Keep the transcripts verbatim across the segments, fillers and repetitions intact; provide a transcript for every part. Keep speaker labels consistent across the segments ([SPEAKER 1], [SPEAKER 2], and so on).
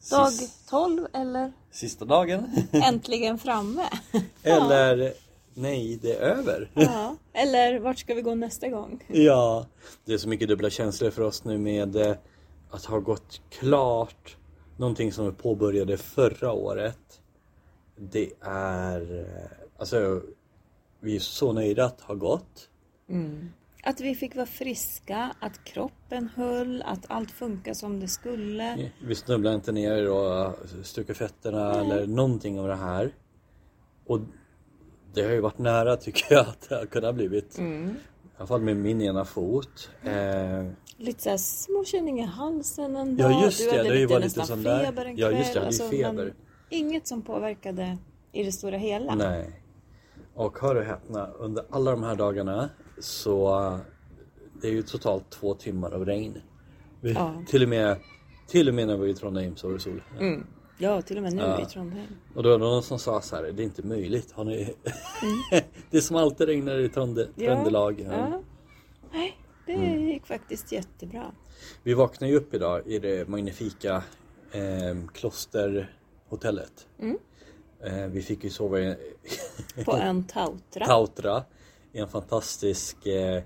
[SPEAKER 1] Dag tolv eller?
[SPEAKER 2] Sista dagen.
[SPEAKER 1] Äntligen framme.
[SPEAKER 2] Eller nej, det är över.
[SPEAKER 1] Ja. Eller vart ska vi gå nästa gång?
[SPEAKER 2] Ja, det är så mycket dubbla känslor för oss nu med eh, att ha gått klart någonting som vi påbörjade förra året. Det är, eh, alltså vi är så nöjda att ha gått.
[SPEAKER 1] Mm. Att vi fick vara friska, att kroppen höll, att allt funkar som det skulle.
[SPEAKER 2] Vi snubblade inte ner och stukade fötterna Nej. eller någonting av det här. Och det har ju varit nära tycker jag att det har kunnat blivit. Mm. I alla fall med min ena fot. Eh,
[SPEAKER 1] lite så här småkänning i halsen en dag.
[SPEAKER 2] Ja just det,
[SPEAKER 1] du hade
[SPEAKER 2] det
[SPEAKER 1] lite,
[SPEAKER 2] var
[SPEAKER 1] nästan
[SPEAKER 2] lite sån där.
[SPEAKER 1] feber en
[SPEAKER 2] Ja
[SPEAKER 1] kväll.
[SPEAKER 2] just det,
[SPEAKER 1] alltså,
[SPEAKER 2] feber.
[SPEAKER 1] Inget som påverkade i det stora hela.
[SPEAKER 2] Nej. Och hör du häpna, under alla de här dagarna så det är ju totalt två timmar av regn. Vi, ja. till, och med, till och med när vi var i Trondheim så var det sol.
[SPEAKER 1] Mm. Ja, till och med nu ja. i Trondheim.
[SPEAKER 2] Och då var det någon som sa så här, det är inte möjligt. Har ni... mm. Det är som alltid regnar i Tronde, ja. Tröndelag. Ja.
[SPEAKER 1] Ja. Nej, det mm. gick faktiskt jättebra.
[SPEAKER 2] Vi vaknade ju upp idag i det magnifika eh, klosterhotellet. Mm. Eh, vi fick ju sova i...
[SPEAKER 1] på en Tautra.
[SPEAKER 2] Tautra. I en fantastisk eh,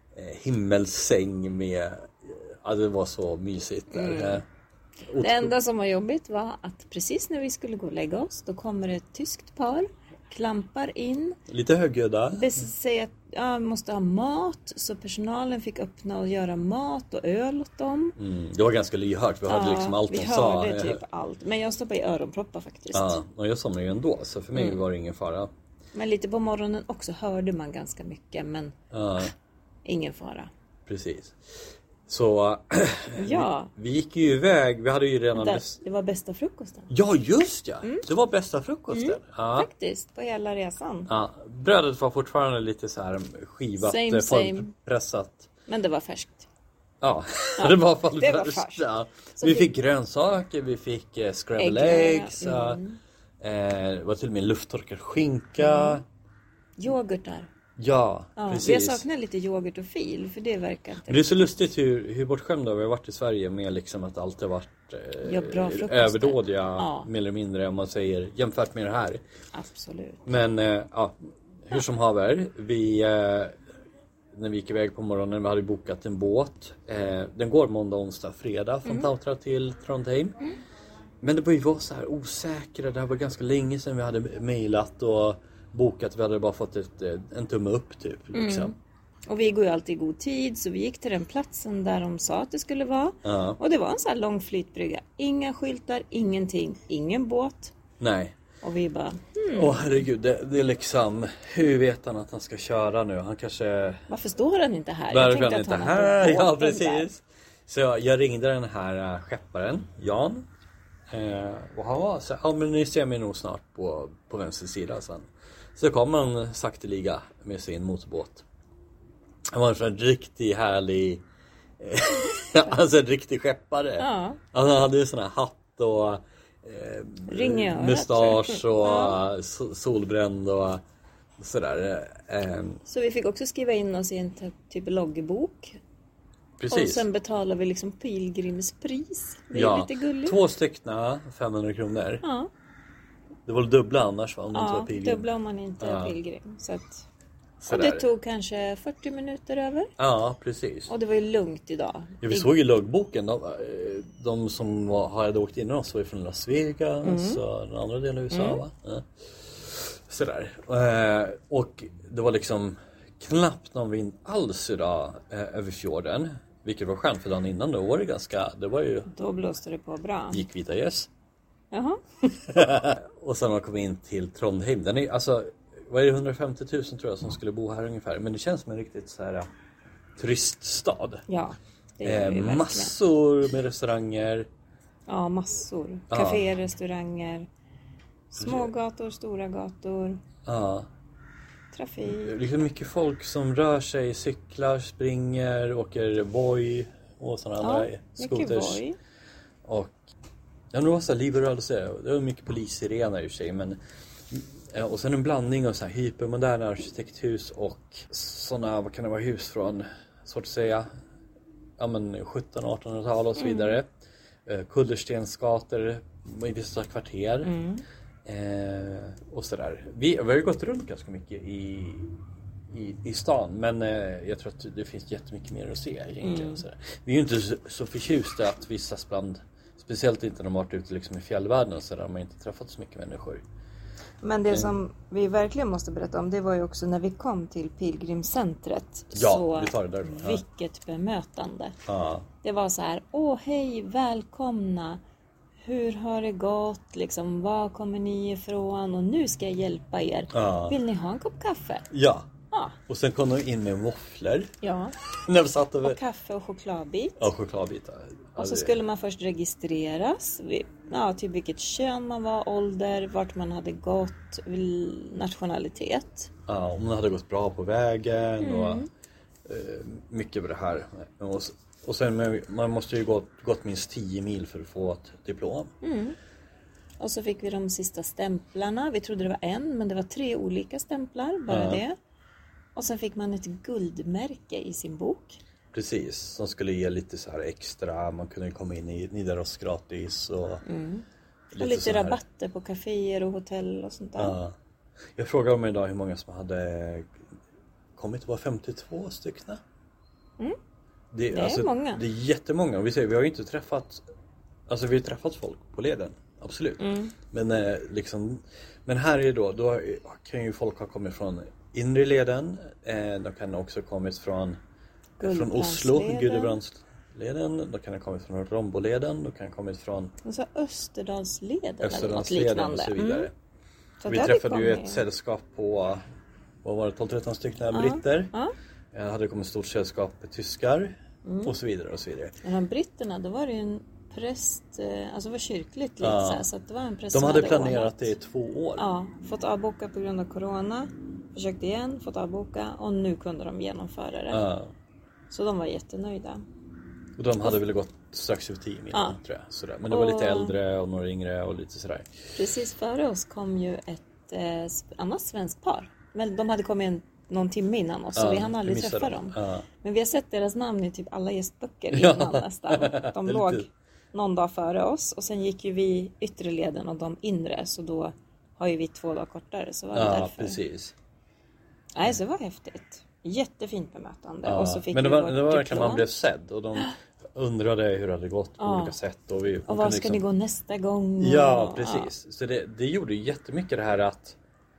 [SPEAKER 2] himmelsäng med... Ja, det var så mysigt där. Mm.
[SPEAKER 1] Det enda som var jobbigt var att precis när vi skulle gå och lägga oss, då kommer ett tyskt par, klampar in.
[SPEAKER 2] Lite högljudda.
[SPEAKER 1] Säger att ja, vi måste ha mat, så personalen fick öppna och göra mat och öl åt dem.
[SPEAKER 2] Mm, det var ganska lyhört, vi hörde ja, liksom allt de sa.
[SPEAKER 1] Vi hörde typ allt, men jag stoppade i öronproppar faktiskt.
[SPEAKER 2] Ja, och jag somnade ju ändå, så för mig mm. var det ingen fara.
[SPEAKER 1] Men lite på morgonen också hörde man ganska mycket, men
[SPEAKER 2] ja.
[SPEAKER 1] ingen fara.
[SPEAKER 2] Precis. Så
[SPEAKER 1] ja.
[SPEAKER 2] vi, vi gick ju iväg, vi hade ju redan...
[SPEAKER 1] Där, bäst... Det var bästa frukosten.
[SPEAKER 2] Ja, just ja. Mm. Det var bästa frukosten. Mm. Ja.
[SPEAKER 1] Faktiskt, på hela resan.
[SPEAKER 2] Ja. Brödet var fortfarande lite så här skivat,
[SPEAKER 1] same, same.
[SPEAKER 2] pressat.
[SPEAKER 1] Men det var färskt.
[SPEAKER 2] Ja, ja. det var fall
[SPEAKER 1] det var
[SPEAKER 2] färskt.
[SPEAKER 1] färskt.
[SPEAKER 2] Ja. Vi fick grönsaker, vi fick eh, scrambled eggs. Mm. Eh, det var till och med lufttorkad skinka.
[SPEAKER 1] Mm. Yoghurtar.
[SPEAKER 2] Ja,
[SPEAKER 1] ja,
[SPEAKER 2] precis.
[SPEAKER 1] Jag saknar lite yoghurt och fil, för det verkar inte...
[SPEAKER 2] Men det är så lustigt hur, hur bortskämda vi har varit i Sverige med liksom att allt har varit eh,
[SPEAKER 1] ja, bra
[SPEAKER 2] överdådiga,
[SPEAKER 1] ja.
[SPEAKER 2] mer eller mindre om man säger, jämfört med det här.
[SPEAKER 1] Absolut.
[SPEAKER 2] Men eh, ja, hur som haver, vi, eh, när vi gick iväg på morgonen, vi hade bokat en båt. Eh, den går måndag, onsdag, fredag från mm. Tautra till Trondheim. Mm. Men det var ju var så här osäkra, det här var ganska länge sedan vi hade mejlat och bokat, vi hade bara fått ett, en tumme upp typ liksom. Mm.
[SPEAKER 1] Och vi går ju alltid i god tid, så vi gick till den platsen där de sa att det skulle vara.
[SPEAKER 2] Ja.
[SPEAKER 1] Och det var en sån här lång flytbrygga. Inga skyltar, ingenting, ingen båt.
[SPEAKER 2] Nej.
[SPEAKER 1] Och vi bara...
[SPEAKER 2] Åh hmm. oh, herregud, det, det är liksom... Hur vet han att han ska köra nu? Han kanske...
[SPEAKER 1] Varför står han inte här?
[SPEAKER 2] Varför jag tänkte att han inte här? Ja, precis. Där. Så jag ringde den här skepparen, Jan. Eh, och han var så ja men ni ser mig nog snart på, på vänster sida sen. Så kom han sakteliga med sin motorbåt. Han var en sån riktigt härlig alltså en riktig skeppare.
[SPEAKER 1] Ja.
[SPEAKER 2] Han hade ju sån här hatt och eh, mustasch och ja. solbränd och sådär. Eh.
[SPEAKER 1] Så vi fick också skriva in oss i en typ loggbok.
[SPEAKER 2] Precis.
[SPEAKER 1] Och sen betalar vi liksom pilgrimspris. Det är
[SPEAKER 2] ja.
[SPEAKER 1] lite gulligt.
[SPEAKER 2] Två styckna femhundra kronor.
[SPEAKER 1] Ja.
[SPEAKER 2] Det var dubbla annars va? Om
[SPEAKER 1] ja,
[SPEAKER 2] inte var pilgrim.
[SPEAKER 1] dubbla om man inte ja. är pilgrim. Så att...
[SPEAKER 2] Så
[SPEAKER 1] och det tog kanske fyrtio minuter över.
[SPEAKER 2] Ja, precis.
[SPEAKER 1] Och det var ju lugnt idag.
[SPEAKER 2] Ja, vi såg ju loggboken. De, de som var, hade åkt innan oss var ju från Las Vegas mm. och den andra delen av U S A mm. va? Ja. Sådär. Och det var liksom knappt någon vind alls idag över fjorden. Vilket var skönt för dagen innan. Då var det ganska... Det var ju...
[SPEAKER 1] Då blåste det på bra.
[SPEAKER 2] Gick vita gäss.
[SPEAKER 1] Jaha.
[SPEAKER 2] Och sen har man kommit in till Trondheim. Den är alltså... Vad är det, hundrafemtio tusen tror jag som skulle bo här ungefär. Men det känns som en riktigt så här turiststad.
[SPEAKER 1] Ja, det är det
[SPEAKER 2] eh, massor med restauranger.
[SPEAKER 1] Ja, massor. Café, ja. Restauranger. Små gator, stora gator.
[SPEAKER 2] Ja.
[SPEAKER 1] Trafik.
[SPEAKER 2] Det är liksom mycket folk som rör sig, cyklar, springer, åker Voi och sådana
[SPEAKER 1] ja,
[SPEAKER 2] andra scooters.
[SPEAKER 1] Voi.
[SPEAKER 2] Och ja, det var så här liv och rörelse. Det var mycket polissirener i och för sig, men och sen en blandning av så här hypermoderna arkitekthus och sådana, vad kan det vara, hus från, svårt att säga, ja men sjutton-artonhundratal och så vidare. Mm. Kullerstensgator i vissa kvarter.
[SPEAKER 1] Mm.
[SPEAKER 2] Eh, och sådär. Vi, vi har ju gått runt ganska mycket i, i, i stan. Men eh, jag tror att det finns jättemycket mer att se egentligen.
[SPEAKER 1] Mm.
[SPEAKER 2] Sådär. Vi är ju inte så, så förtjusta att vistas bland, speciellt inte när de har varit ute liksom i fjällvärlden och sådär. De har inte träffat så mycket människor.
[SPEAKER 1] Men det som vi verkligen måste berätta om, det var ju också när vi kom till pilgrimscentret.
[SPEAKER 2] Ja,
[SPEAKER 1] så
[SPEAKER 2] vi tar det därifrån. Ja.
[SPEAKER 1] Vilket bemötande.
[SPEAKER 2] Ja.
[SPEAKER 1] Det var så här, åh hej, välkomna. Hur har det gått? Liksom, var kommer ni ifrån? Och nu ska jag hjälpa er.
[SPEAKER 2] Ja.
[SPEAKER 1] Vill ni ha en kopp kaffe?
[SPEAKER 2] Ja.
[SPEAKER 1] Ja.
[SPEAKER 2] Och sen kom de in med våfflor.
[SPEAKER 1] Ja.
[SPEAKER 2] När vi satt över...
[SPEAKER 1] Och kaffe och chokladbit.
[SPEAKER 2] Ja, chokladbitar.
[SPEAKER 1] Och så skulle man först registreras. Ja, typ vilket kön man var, ålder, vart man hade gått, nationalitet.
[SPEAKER 2] Ja, om man hade gått bra på vägen
[SPEAKER 1] Mm.
[SPEAKER 2] och eh, mycket på det här. Och, och sen man måste ju gått, gått minst tio mil för att få ett diplom.
[SPEAKER 1] Mm. Och så fick vi de sista stämplarna. Vi trodde det var en, men det var tre olika stämplar, bara
[SPEAKER 2] Ja.
[SPEAKER 1] det. Och sen fick man ett guldmärke i sin bok.
[SPEAKER 2] Precis, som skulle ge lite så här extra. Man kunde komma in i Nidaros gratis. Och
[SPEAKER 1] Mm.
[SPEAKER 2] lite,
[SPEAKER 1] Och lite
[SPEAKER 2] så här.
[SPEAKER 1] rabatter på kaféer och hotell och sånt där.
[SPEAKER 2] Ja. Jag frågade mig idag hur många som hade kommit. Det var femtiotvå stycken.
[SPEAKER 1] Mm.
[SPEAKER 2] Det,
[SPEAKER 1] Det är många.
[SPEAKER 2] Det är jättemånga. Och vi säger, vi har ju inte träffat. Alltså vi har träffat folk på leden. Absolut.
[SPEAKER 1] Mm.
[SPEAKER 2] Men eh, liksom. Men här är då. Då kan ju folk ha kommit från inre leden. Eh, de kan också ha kommit från Från Oslo, Gudbrandsleden. Då kan det ha kommit från Romboleden. Då kan det ha kommit från
[SPEAKER 1] Och så Österdalsleden eller något
[SPEAKER 2] Österdalsleden
[SPEAKER 1] liknande.
[SPEAKER 2] och så vidare.
[SPEAKER 1] Mm. Så
[SPEAKER 2] Vi
[SPEAKER 1] där
[SPEAKER 2] träffade
[SPEAKER 1] vi
[SPEAKER 2] ju
[SPEAKER 1] kom
[SPEAKER 2] ett
[SPEAKER 1] i-
[SPEAKER 2] sällskap på, vad var det, tolv tretton stycken
[SPEAKER 1] Ja,
[SPEAKER 2] britter.
[SPEAKER 1] ja.
[SPEAKER 2] Jag hade kommit ett stort sällskap med tyskar.
[SPEAKER 1] Mm.
[SPEAKER 2] Och så vidare och så vidare.
[SPEAKER 1] Men de britterna, då var det ju en präst, eh, alltså det var kyrkligt lite
[SPEAKER 2] Ja.
[SPEAKER 1] så här, så att det var en präst
[SPEAKER 2] De
[SPEAKER 1] som
[SPEAKER 2] hade planerat
[SPEAKER 1] ordnat.
[SPEAKER 2] det i två år.
[SPEAKER 1] Ja, fått avboka på grund av corona. Försökte igen, fått avboka och nu kunde de genomföra det.
[SPEAKER 2] Ja.
[SPEAKER 1] Så de var jättenöjda.
[SPEAKER 2] Och de hade väl gått strax över tio mil,
[SPEAKER 1] Ja.
[SPEAKER 2] tror jag. Sådär. Men det var
[SPEAKER 1] Och-
[SPEAKER 2] lite äldre och några yngre och lite sådär.
[SPEAKER 1] Precis före oss kom ju ett eh, annat svenskt par. Men de hade kommit en, någon timme innan oss, så
[SPEAKER 2] Ja,
[SPEAKER 1] vi hann
[SPEAKER 2] vi
[SPEAKER 1] aldrig
[SPEAKER 2] missade
[SPEAKER 1] träffa
[SPEAKER 2] dem.
[SPEAKER 1] dem.
[SPEAKER 2] Ja.
[SPEAKER 1] Men vi har sett deras namn i typ alla gästböcker
[SPEAKER 2] Ja.
[SPEAKER 1] innan nästan. De
[SPEAKER 2] Lite-
[SPEAKER 1] låg någon dag före oss och sen gick ju vi yttre leden och de inre, så då har ju vi två dagar kortare, så var det
[SPEAKER 2] Ja,
[SPEAKER 1] därför.
[SPEAKER 2] precis.
[SPEAKER 1] Nej, så det var häftigt. Jättefint bemötande.
[SPEAKER 2] Ja.
[SPEAKER 1] Och så fick
[SPEAKER 2] Men det
[SPEAKER 1] vi
[SPEAKER 2] var,
[SPEAKER 1] vårt
[SPEAKER 2] det var verkligen
[SPEAKER 1] diplom.
[SPEAKER 2] man blev sedd. Och de undrade hur det hade gått på
[SPEAKER 1] Ja.
[SPEAKER 2] olika sätt. Och, vi,
[SPEAKER 1] Och var ska ni gå nästa gång?
[SPEAKER 2] Ja,
[SPEAKER 1] Och-
[SPEAKER 2] precis. Så det, det gjorde ju jättemycket det här att,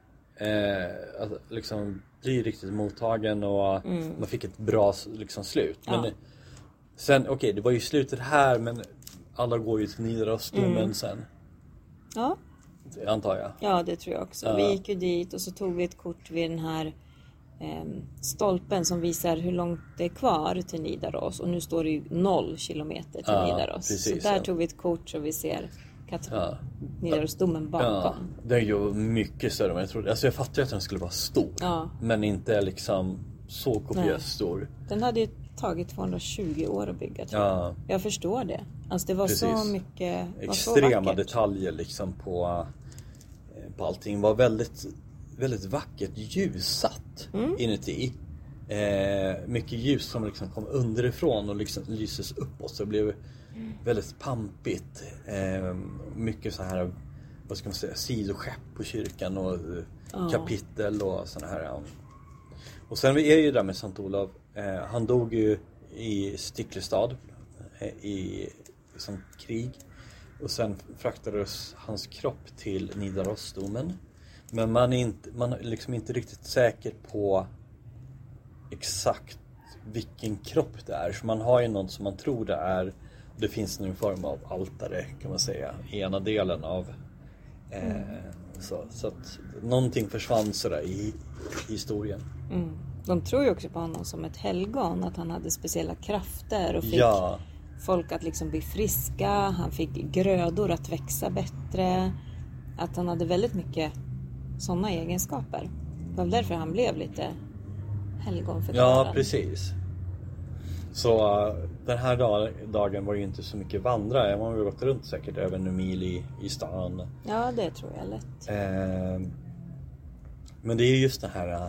[SPEAKER 2] eh, att liksom bli riktigt mottagen och
[SPEAKER 1] Mm.
[SPEAKER 2] man fick ett bra liksom, slut. Men
[SPEAKER 1] Ja.
[SPEAKER 2] sen, okej, okay, det var ju slutet här, men alla går ju till Nidarosdomen
[SPEAKER 1] Mm.
[SPEAKER 2] sen,
[SPEAKER 1] Ja.
[SPEAKER 2] antar jag.
[SPEAKER 1] Ja, det tror jag också.
[SPEAKER 2] Ja.
[SPEAKER 1] Vi gick ju dit och så tog vi ett kort vid den här eh, stolpen som visar hur långt det är kvar till Nidaros. Och nu står det ju noll kilometer till
[SPEAKER 2] Ja,
[SPEAKER 1] Nidaros.
[SPEAKER 2] precis,
[SPEAKER 1] så där
[SPEAKER 2] ja.
[SPEAKER 1] tog vi ett kort så vi ser kat-
[SPEAKER 2] Ja.
[SPEAKER 1] Nidarosdomen bakom.
[SPEAKER 2] Ja, det är ju mycket större än vad jag trodde. Alltså jag fattade att den skulle vara stor.
[SPEAKER 1] Ja.
[SPEAKER 2] Men inte liksom så
[SPEAKER 1] Nej.
[SPEAKER 2] kopiöst stor.
[SPEAKER 1] Den hade ju tagit tvåhundratjugo år att bygga, tror jag.
[SPEAKER 2] Ja.
[SPEAKER 1] Jag förstår det. Alltså det var så
[SPEAKER 2] Precis.
[SPEAKER 1] mycket, det var så
[SPEAKER 2] Extrema
[SPEAKER 1] vackert.
[SPEAKER 2] detaljer liksom på, eh, på allting. Var väldigt, väldigt vackert ljussatt
[SPEAKER 1] Mm.
[SPEAKER 2] inuti. Eh, mycket ljus som liksom kom underifrån och liksom lyses uppåt. Så det blev väldigt pampigt. Eh, mycket så här, vad ska man säga, sidoskepp på kyrkan och eh,
[SPEAKER 1] Ja.
[SPEAKER 2] kapitel och såna här. Ja. Och sen vi är ju där med Sankt Olof. Eh, han dog ju i Stiklestad eh, i som krig. Och sen fraktades hans kropp till Nidarosdomen. Men man är inte, man är liksom inte riktigt säker på exakt vilken kropp det är. Så man har ju något som man tror det är. Det finns någon form av altare, kan man säga, i ena delen av eh, så, så att någonting försvann sådär i, i historien.
[SPEAKER 1] Mm. De tror ju också på honom som ett helgon. Att han hade speciella krafter och fick
[SPEAKER 2] Ja,
[SPEAKER 1] folk att liksom bli friska. Han fick grödor att växa bättre. Att han hade väldigt mycket sådana egenskaper. Det var därför han blev lite helgonförklarad.
[SPEAKER 2] ja, precis. Så uh, den här dag, dagen var ju inte så mycket vandra. Man har ju gått runt säkert över en mil i, i stan.
[SPEAKER 1] Ja, det tror jag lätt.
[SPEAKER 2] Eh, men det är just det här. Ja,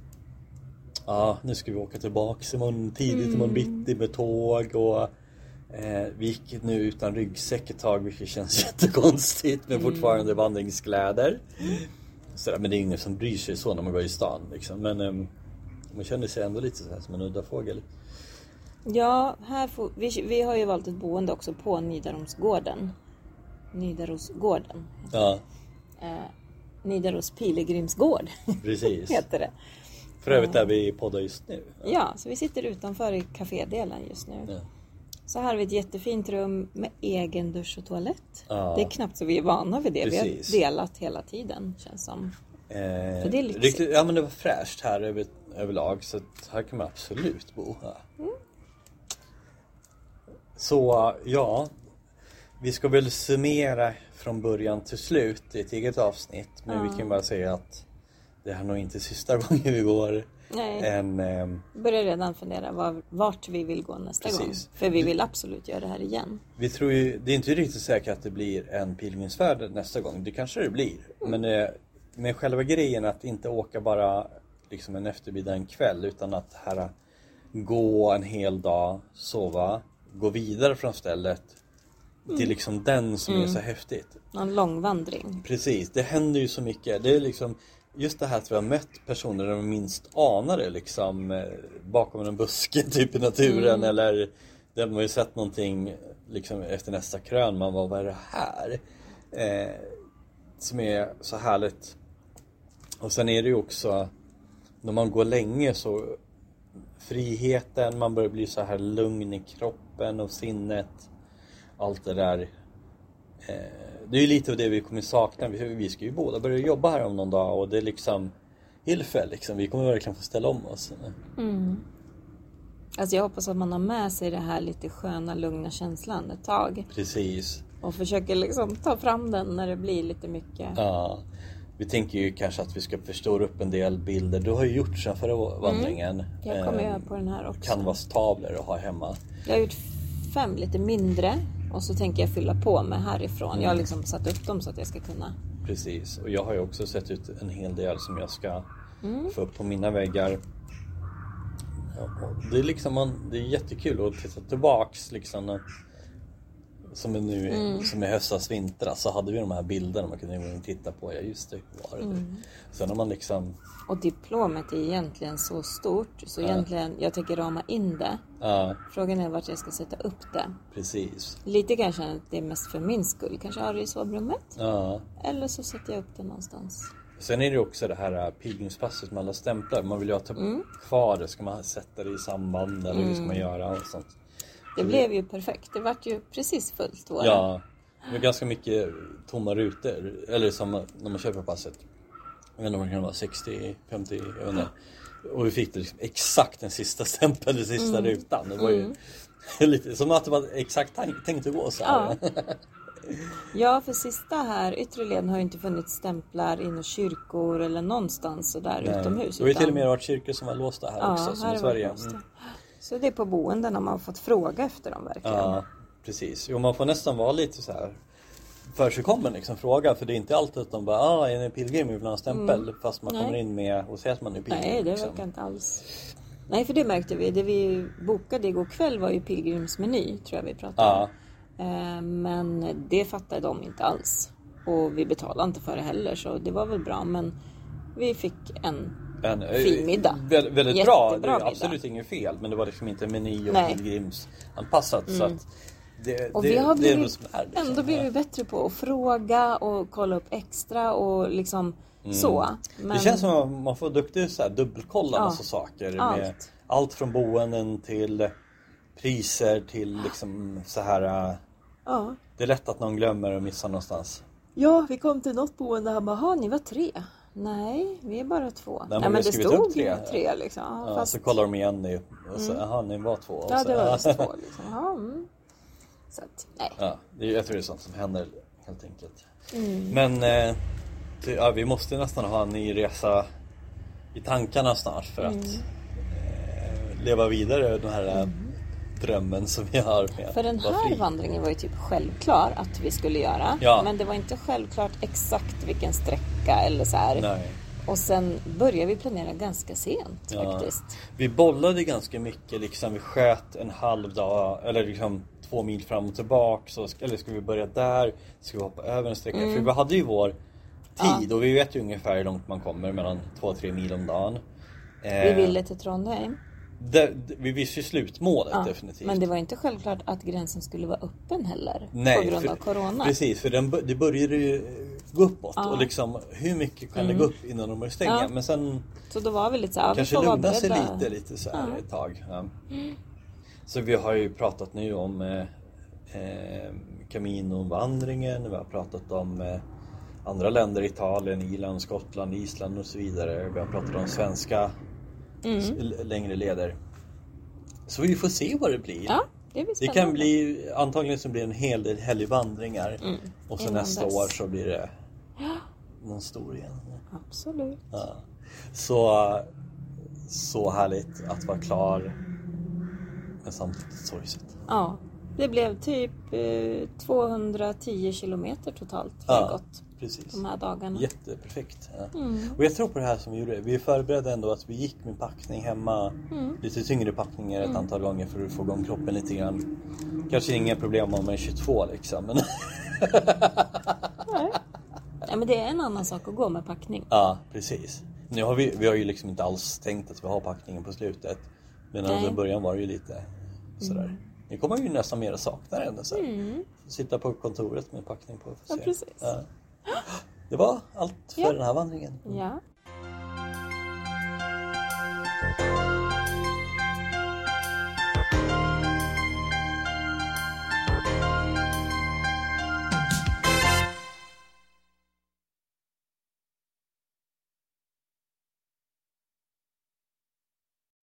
[SPEAKER 2] uh, nu ska vi åka tillbaka imorgon tidigt,
[SPEAKER 1] Mm.
[SPEAKER 2] imorgon bitti med tåg och Eh, vi gick nu utan ryggsäck ett tag, vilket känns jättekonstigt, men mm. fortfarande vandringskläder. Mm. Så, men det är ingen som bryr sig så när man går i stan liksom. Men eh, man känner sig ändå lite så här som en udda fågel.
[SPEAKER 1] Ja, här får, vi, vi har ju valt ett boende också på Nidarosgården. Nidarosgården.
[SPEAKER 2] Ja.
[SPEAKER 1] Eh, Nidaros pilgrimsgård.
[SPEAKER 2] Precis.
[SPEAKER 1] heter det.
[SPEAKER 2] För övrigt där vi poddar just nu.
[SPEAKER 1] Ja. ja, så vi sitter utanför i kafédelen just nu. Ja. Så här har vi ett jättefint rum med egen dusch och toalett. Ja. Det är knappt så vi är vana vid det. Precis. Vi har delat hela tiden, känns som.
[SPEAKER 2] Eh, För det är riktigt, ja, men det var fräscht här över, överlag. Så här kan man absolut bo här. Mm. Så ja, vi ska väl summera från början till slut i ett eget avsnitt. Men ja. vi kan bara säga att det här är nog inte sista gången vi går.
[SPEAKER 1] Nej,
[SPEAKER 2] en, ähm,
[SPEAKER 1] börjar redan fundera var, vart vi vill gå nästa precis. gång. För vi vill absolut göra det här igen.
[SPEAKER 2] Vi tror ju, det är inte riktigt säkert att det blir en pilgrimsfärd nästa gång. Det kanske det blir. Mm. Men äh, med själva grejen att inte åka bara liksom en eftermiddag en kväll. Utan att här gå en hel dag, sova, gå vidare från stället. Mm. Det är liksom den som mm. är så häftigt.
[SPEAKER 1] En lång vandring.
[SPEAKER 2] Precis, det händer ju så mycket. Det är liksom just det här att vi har mött personer där man minst anar det liksom eh, bakom en buske typ i naturen. Mm. Eller där man ju sett någonting liksom efter nästa krön. Man var, vad är det här? Eh, som är så härligt. Och sen är det ju också när man går länge så friheten, man börjar bli så här lugn i kroppen och sinnet. Allt det där. Eh, det är ju lite av det vi kommer sakna. Vi, vi ska ju båda börja jobba här om någon dag. Och det är liksom Hilfe liksom. Vi kommer verkligen få ställa om oss.
[SPEAKER 1] Mm. Alltså jag hoppas att man har med sig det här lite sköna, lugna känslan ett tag.
[SPEAKER 2] Precis.
[SPEAKER 1] Och försöker liksom ta fram den när det blir lite mycket.
[SPEAKER 2] Ja. Vi tänker ju kanske att vi ska förstora upp en del bilder. Du har ju gjort sen förra vandringen.
[SPEAKER 1] Mm. Jag kommer göra på den här också.
[SPEAKER 2] Canvas-tavlor att ha hemma.
[SPEAKER 1] Jag har gjort fem lite mindre. Och så tänker jag fylla på med härifrån. Mm. Jag har liksom satt upp dem så att jag ska kunna.
[SPEAKER 2] Precis. Och jag har ju också sett ut en hel del som jag ska mm. få upp på mina väggar. Ja, det är liksom man, det är jättekul att titta tillbaks liksom. Som är nu mm. som i höstas vintra så hade vi de här bilderna man kunde gå och titta på. Ja just det, var det. Mm. Sen har man liksom.
[SPEAKER 1] Och diplomet är egentligen så stort så ja. egentligen jag tänker rama in det.
[SPEAKER 2] Ja.
[SPEAKER 1] Frågan är vart jag ska sätta upp det.
[SPEAKER 2] Precis.
[SPEAKER 1] Lite kanske att det är mest för min skull. Kanske har det i sovrummet.
[SPEAKER 2] Ja.
[SPEAKER 1] Eller så sätter jag upp det någonstans.
[SPEAKER 2] Sen är det också det här pilgrimspasset med alla stämplar. Man vill ju ha ta
[SPEAKER 1] mm.
[SPEAKER 2] kvar det. Ska man sätta det i samband eller mm. hur ska man göra och sånt.
[SPEAKER 1] Det så blev ju perfekt. Det var ju precis fullt. Då.
[SPEAKER 2] Ja, det var ganska mycket tomma rutor. Eller som när man köper passet. Jag vet inte om det kan vara sextio, femtio, jag vet inte. Och vi fick det liksom exakt den sista stämpeln, den sista mm. rutan. Det var ju mm. lite som att det var exakt tänkt, tänkt att gå så här.
[SPEAKER 1] Ja. Ja, för sista här, yttre leden har ju inte funnits stämplar in i kyrkor eller någonstans så där Nej. utomhus.
[SPEAKER 2] Det var ju till och med varit kyrkor som var låsta här ja, också, som
[SPEAKER 1] här
[SPEAKER 2] i Sverige.
[SPEAKER 1] Mm. Så det är på boenden har man fått fråga efter dem verkligen.
[SPEAKER 2] Ja, precis. Jo, man får nästan vara lite så här för sig kommer liksom fråga. För det är inte alltid att de bara, ah, är ni pilgrim vill ha en stämpel. Mm. Fast man Nej. kommer in med och säger att man är pilgrim.
[SPEAKER 1] Nej, det
[SPEAKER 2] liksom.
[SPEAKER 1] verkar inte alls. Nej, för det märkte vi. Det vi bokade igår kväll var ju pilgrimsmeny, tror jag vi pratade om. Ja. Men det fattade de inte alls. Och vi betalade inte för det heller, så det var väl bra. Men vi fick en, en fin middag.
[SPEAKER 2] Väldigt, väldigt bra, det är absolut inget fel. Men det var liksom inte meny och Nej. pilgrimsanpassat. Mm. Så att det,
[SPEAKER 1] och
[SPEAKER 2] det,
[SPEAKER 1] vi har blivit,
[SPEAKER 2] det är som är, liksom.
[SPEAKER 1] ändå blir vi bättre på att fråga och kolla upp extra och liksom mm. så.
[SPEAKER 2] Men det känns som att man får duktigt så här dubbelkolla ja, massa saker.
[SPEAKER 1] Allt.
[SPEAKER 2] Med allt från boenden till priser till liksom så här.
[SPEAKER 1] Ja.
[SPEAKER 2] Det är lätt att någon glömmer och missar någonstans.
[SPEAKER 1] Ja, vi kom till något boende och han bara, ha, ni var tre. Nej, vi är bara två.
[SPEAKER 2] Nej, men,
[SPEAKER 1] Nej, men det stod
[SPEAKER 2] tre.
[SPEAKER 1] tre liksom.
[SPEAKER 2] Ja,
[SPEAKER 1] fast...
[SPEAKER 2] så kollar de igen nu och så, jaha, mm. ni var två.
[SPEAKER 1] Ja,
[SPEAKER 2] så,
[SPEAKER 1] det var just två liksom. Ja, mm. Så att, nej.
[SPEAKER 2] Ja, det, jag tror det är sånt som händer helt enkelt.
[SPEAKER 1] Mm.
[SPEAKER 2] Men eh, det, ja, vi måste nästan ha en ny resa i tankarna snart för mm. att eh, leva vidare den här mm. drömmen som vi har med.
[SPEAKER 1] För den här vandringen var ju typ självklar att vi skulle göra.
[SPEAKER 2] Ja.
[SPEAKER 1] Men det var inte självklart exakt vilken sträcka eller så här.
[SPEAKER 2] Nej.
[SPEAKER 1] Och sen började vi planera ganska sent
[SPEAKER 2] ja.
[SPEAKER 1] faktiskt.
[SPEAKER 2] Vi bollade ganska mycket liksom. Vi sköt en halv dag eller liksom två mil fram och tillbaka? Så, eller ska vi börja där? Ska vi hoppa över en sträcka?
[SPEAKER 1] Mm.
[SPEAKER 2] För vi hade ju vår tid
[SPEAKER 1] Ja.
[SPEAKER 2] och vi vet ju ungefär hur långt man kommer, mellan två och tre mil om dagen.
[SPEAKER 1] Vi
[SPEAKER 2] Eh,
[SPEAKER 1] ville till Trondheim.
[SPEAKER 2] det, det, vi visste ju slutmålet
[SPEAKER 1] Ja,
[SPEAKER 2] definitivt.
[SPEAKER 1] men det var inte självklart att gränsen skulle vara öppen heller.
[SPEAKER 2] Nej,
[SPEAKER 1] på grund
[SPEAKER 2] för,
[SPEAKER 1] av corona.
[SPEAKER 2] Precis, för den, det började ju gå uppåt.
[SPEAKER 1] Ja.
[SPEAKER 2] Och liksom, hur mycket kan
[SPEAKER 1] Mm.
[SPEAKER 2] det gå upp innan de börjar stänga?
[SPEAKER 1] Ja.
[SPEAKER 2] Men sen
[SPEAKER 1] Så då var vi lite så här, ja, vi
[SPEAKER 2] kanske
[SPEAKER 1] får vara
[SPEAKER 2] lugna sig
[SPEAKER 1] beredda.
[SPEAKER 2] lite, lite så här
[SPEAKER 1] Ja.
[SPEAKER 2] ett tag. Ja. Så vi har ju pratat nu om eh, eh, Camino-vandringen. Vi har pratat om eh, andra länder, Italien, Irland, Skottland, Island och så vidare. Vi har pratat om svenska
[SPEAKER 1] Mm.
[SPEAKER 2] s- längre leder. Så vi får se vad det blir.
[SPEAKER 1] Ja, det blir
[SPEAKER 2] Det
[SPEAKER 1] spännande.
[SPEAKER 2] kan bli, antagligen så blir det en hel del helgvandringar.
[SPEAKER 1] Mm.
[SPEAKER 2] Och så
[SPEAKER 1] Innan
[SPEAKER 2] nästa
[SPEAKER 1] dess.
[SPEAKER 2] år så blir det någon stor igen.
[SPEAKER 1] Absolut.
[SPEAKER 2] Ja. Så, så härligt att vara klar. Men samtidigt sorgset.
[SPEAKER 1] Ja, det blev typ eh, tvåhundratio kilometer totalt vi har
[SPEAKER 2] Ja,
[SPEAKER 1] gått
[SPEAKER 2] precis.
[SPEAKER 1] de här dagarna.
[SPEAKER 2] Jätteperfekt. Ja.
[SPEAKER 1] Mm.
[SPEAKER 2] Och jag tror på det här som vi gjorde. Vi förberedde ändå att vi gick med packning hemma.
[SPEAKER 1] Mm.
[SPEAKER 2] Lite tyngre packningar ett antal gånger för att få igång kroppen lite grann. Kanske inga problem om man är tjugotvå liksom. Men
[SPEAKER 1] Nej. Ja, men det är en annan sak att gå med packning.
[SPEAKER 2] ja, precis. Nu har vi, vi har ju liksom inte alls tänkt att vi har packningen på slutet. Men alltså,
[SPEAKER 1] Nej.
[SPEAKER 2] i början var det ju lite sådär. Det kommer ju nästan mer sakna ändå så här.
[SPEAKER 1] Mm.
[SPEAKER 2] Sitta på kontoret med packning på. Får
[SPEAKER 1] Ja,
[SPEAKER 2] se.
[SPEAKER 1] precis.
[SPEAKER 2] Ja. Det var allt för
[SPEAKER 1] Ja.
[SPEAKER 2] den här vandringen.
[SPEAKER 1] Ja,